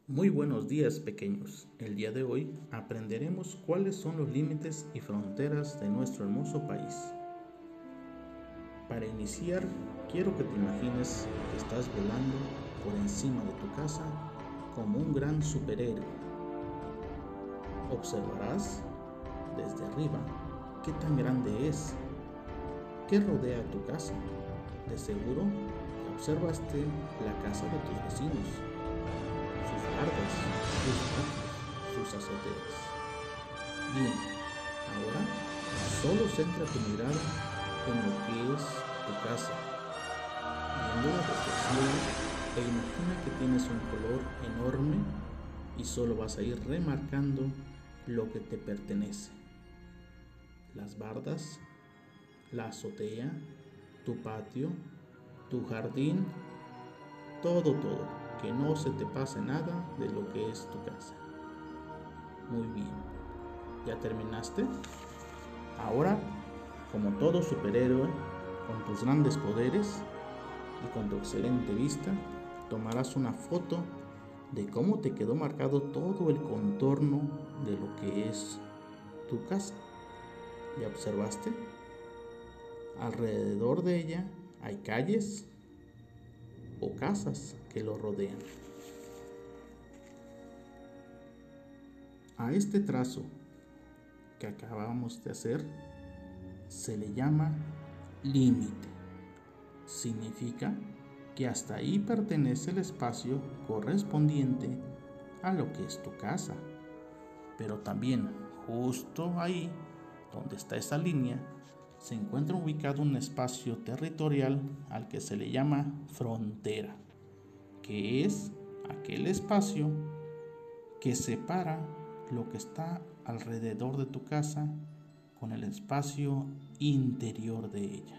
Muy buenos días, pequeños. El día de hoy aprenderemos cuáles son los límites y fronteras de nuestro hermoso país. Para iniciar, quiero que te imagines que estás volando por encima de tu casa como un gran superhéroe. Observarás desde arriba qué tan grande es, qué rodea tu casa. De seguro observaste la casa de tus vecinos, sus bardas, sus patios, sus azoteas. Bien, ahora solo centra tu mirada en lo que es tu casa, viéndola desde el cielo, e imagina que tienes un color enorme y solo vas a ir remarcando lo que te pertenece: las bardas, la azotea, tu patio, tu jardín, todo, que no se te pase nada de lo que es tu casa. Muy bien, ¿ya terminaste? Ahora, como todo superhéroe, con tus grandes poderes y con tu excelente vista, tomarás una foto de cómo te quedó marcado todo el contorno de lo que es tu casa. ¿Ya observaste? Alrededor de ella hay calles o casas que lo rodean. A este trazo que acabamos de hacer se le llama límite. Significa que hasta ahí pertenece el espacio correspondiente a lo que es tu casa. Pero también justo ahí, donde está esa línea, se encuentra ubicado un espacio territorial al que se le llama frontera, que es aquel espacio que separa lo que está alrededor de tu casa con el espacio interior de ella.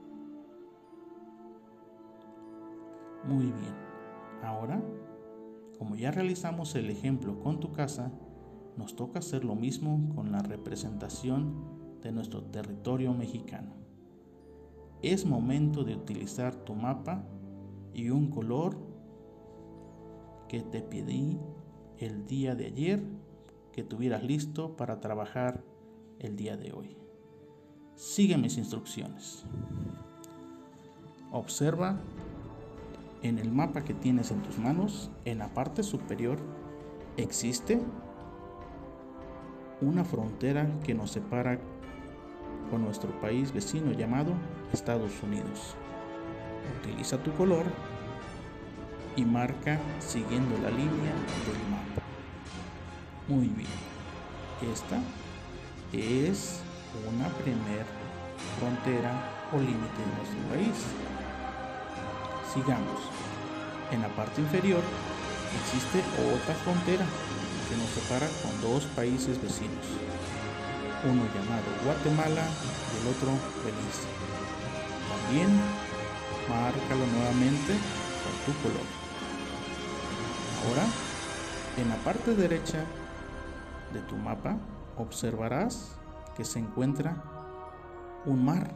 Muy bien, ahora, como ya realizamos el ejemplo con tu casa, nos toca hacer lo mismo con la representación de nuestro territorio mexicano. Es momento de utilizar tu mapa y un color que te pedí el día de ayer que tuvieras listo para trabajar el día de hoy. Sigue mis instrucciones. Observa en el mapa que tienes en tus manos, en la parte superior, existe una frontera que nos separa con nuestro país vecino llamado Estados Unidos. Utiliza tu color y marca siguiendo la línea del mapa. Muy bien, esta es una primer frontera o límite de nuestro país. Sigamos. En la parte inferior existe otra frontera que nos separa con dos países vecinos, uno llamado Guatemala y el otro Belice. También márcalo nuevamente con tu color. Ahora, en la parte derecha de tu mapa observarás que se encuentra un mar.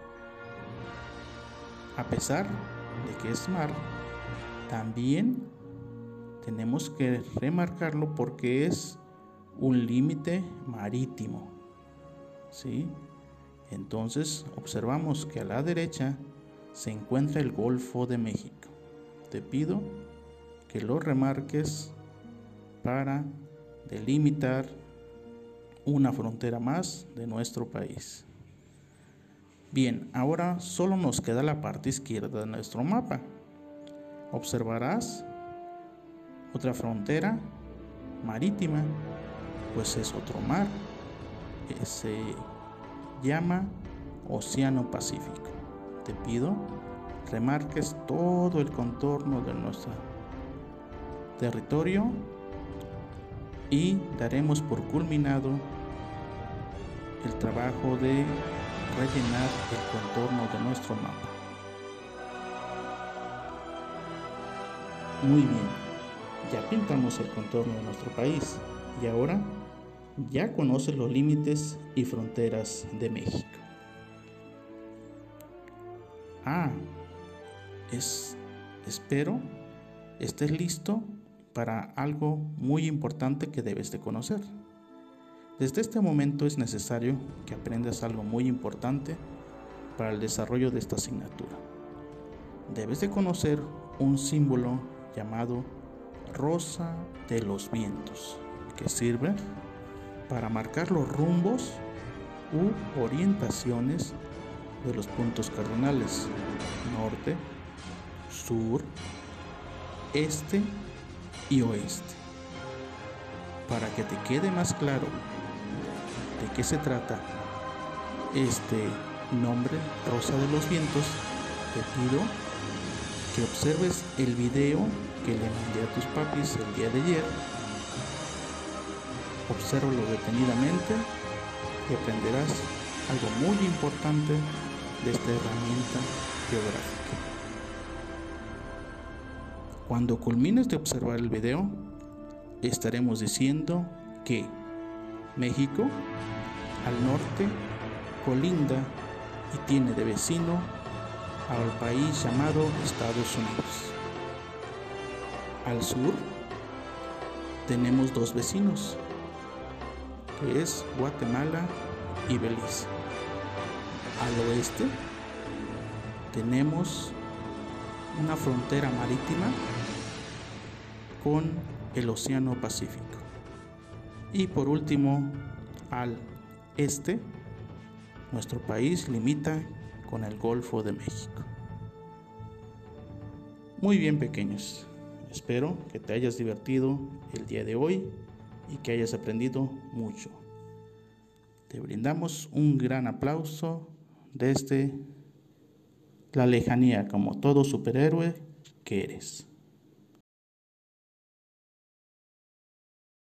A pesar de que es mar, también tenemos que remarcarlo porque es un límite marítimo, ¿sí? Entonces observamos que a la derecha se encuentra el Golfo de México. Te pido que lo remarques para delimitar una frontera más de nuestro país. Bien, ahora solo nos queda la parte izquierda de nuestro mapa. Observarás otra frontera marítima, pues es otro mar, que se llama Océano Pacífico. Te pido remarques todo el contorno de nuestro territorio y daremos por culminado el trabajo de rellenar el contorno de nuestro mapa. Muy bien, ya pintamos el contorno de nuestro país y ahora ya conoces los límites y fronteras de México. Espero estés listo para algo muy importante que debes de conocer. Desde este momento es necesario que aprendas algo muy importante para el desarrollo de esta asignatura. Debes de conocer un símbolo llamado rosa de los vientos, que sirve para marcar los rumbos u orientaciones de los puntos cardinales: norte, sur, este y oeste. Para que te quede más claro de qué se trata este nombre, rosa de los vientos, te pido que observes el video que le mandé a tus papis el día de ayer. Obsérvalo detenidamente y aprenderás algo muy importante de esta herramienta geográfica. Cuando culmines de observar el video, estaremos diciendo que México al norte colinda y tiene de vecino al país llamado Estados Unidos. Al sur tenemos dos vecinos, que es Guatemala y Belice. Al oeste tenemos una frontera marítima con el Océano Pacífico. Y por último, al este, nuestro país limita con el Golfo de México. Muy bien, pequeños, espero que te hayas divertido el día de hoy y que hayas aprendido mucho. Te brindamos un gran aplauso desde la lejanía, como todo superhéroe que eres.